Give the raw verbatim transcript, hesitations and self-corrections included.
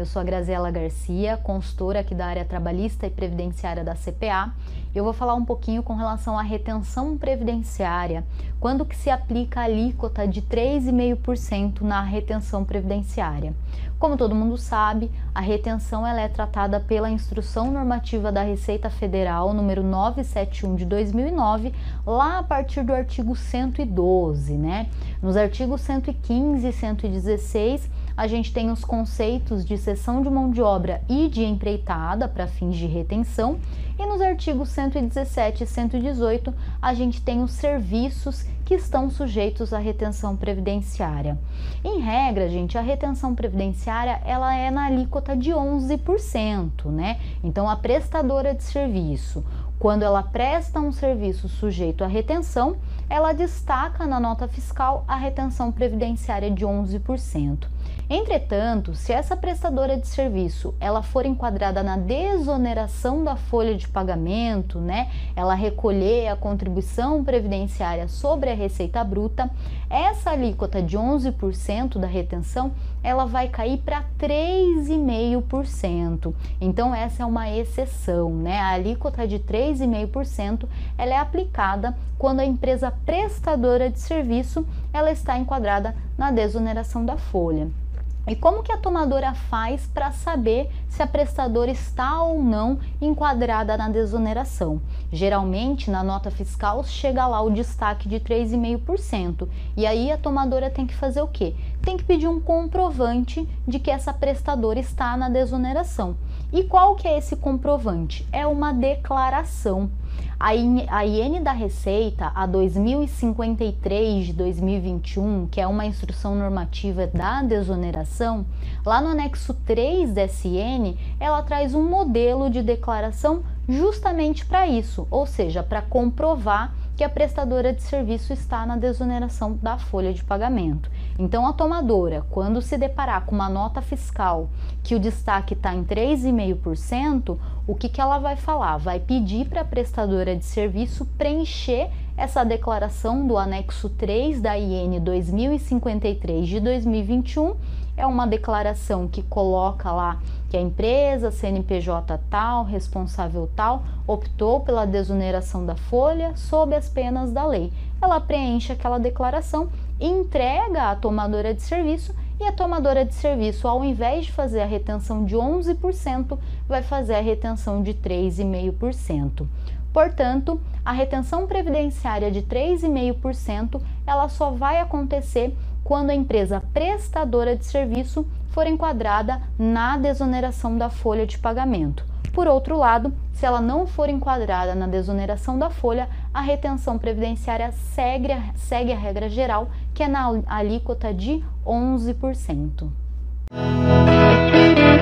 Eu sou a Graziela Garcia, consultora aqui da área trabalhista e previdenciária da C P A. Eu vou falar um pouquinho com relação à retenção previdenciária, quando que se aplica a alíquota de três vírgula cinco por cento na retenção previdenciária. Como todo mundo sabe, a retenção ela é tratada pela Instrução Normativa da Receita Federal, número novecentos e setenta e um de dois mil e nove, lá a partir do artigo cento e doze, né? Nos artigos cento e quinze e cento e dezesseis, a gente tem os conceitos de cessão de mão de obra e de empreitada para fins de retenção, e nos artigos cento e dezessete e cento e dezoito a gente tem os serviços que estão sujeitos à retenção previdenciária. Em regra, gente, a retenção previdenciária ela é na alíquota de onze por cento, né? Então a prestadora de serviço, quando ela presta um serviço sujeito à retenção, ela destaca na nota fiscal a retenção previdenciária de onze por cento. Entretanto, se essa prestadora de serviço ela for enquadrada na desoneração da folha de pagamento, né, ela recolher a contribuição previdenciária sobre a receita bruta, essa alíquota de onze por cento da retenção, ela vai cair para três vírgula cinco por cento. Então essa é uma exceção, né? A alíquota de três vírgula cinco por cento, ela é aplicada quando a empresa prestadora de serviço, ela está enquadrada na desoneração da folha. E como que a tomadora faz para saber se a prestadora está ou não enquadrada na desoneração? Geralmente, na nota fiscal, chega lá o destaque de três vírgula cinco por cento. E aí a tomadora tem que fazer o quê? Tem que pedir um comprovante de que essa prestadora está na desoneração. E qual que é esse comprovante? É uma declaração. A I N da Receita, a dois mil e cinquenta e três de dois mil e vinte e um, que é uma instrução normativa da desoneração, lá no anexo três dessa I N, ela traz um modelo de declaração justamente para isso, ou seja, para comprovar que a prestadora de serviço está na desoneração da folha de pagamento. Então, a tomadora, quando se deparar com uma nota fiscal que o destaque está em três vírgula cinco por cento, o que, que ela vai falar? Vai pedir para a prestadora de serviço preencher essa declaração do anexo três da I N dois mil e cinquenta e três de dois mil e vinte e um. É uma declaração que coloca lá que a empresa, C N P J tal, responsável tal, optou pela desoneração da folha sob as penas da lei. Ela preenche aquela declaração, entrega à tomadora de serviço e a tomadora de serviço, ao invés de fazer a retenção de onze por cento, vai fazer a retenção de três vírgula cinco por cento. Portanto, a retenção previdenciária de três vírgula cinco por cento, ela só vai acontecer quando a empresa prestadora de serviço for enquadrada na desoneração da folha de pagamento. Por outro lado, se ela não for enquadrada na desoneração da folha, a retenção previdenciária segue, segue a regra geral, que é na alíquota de onze por cento.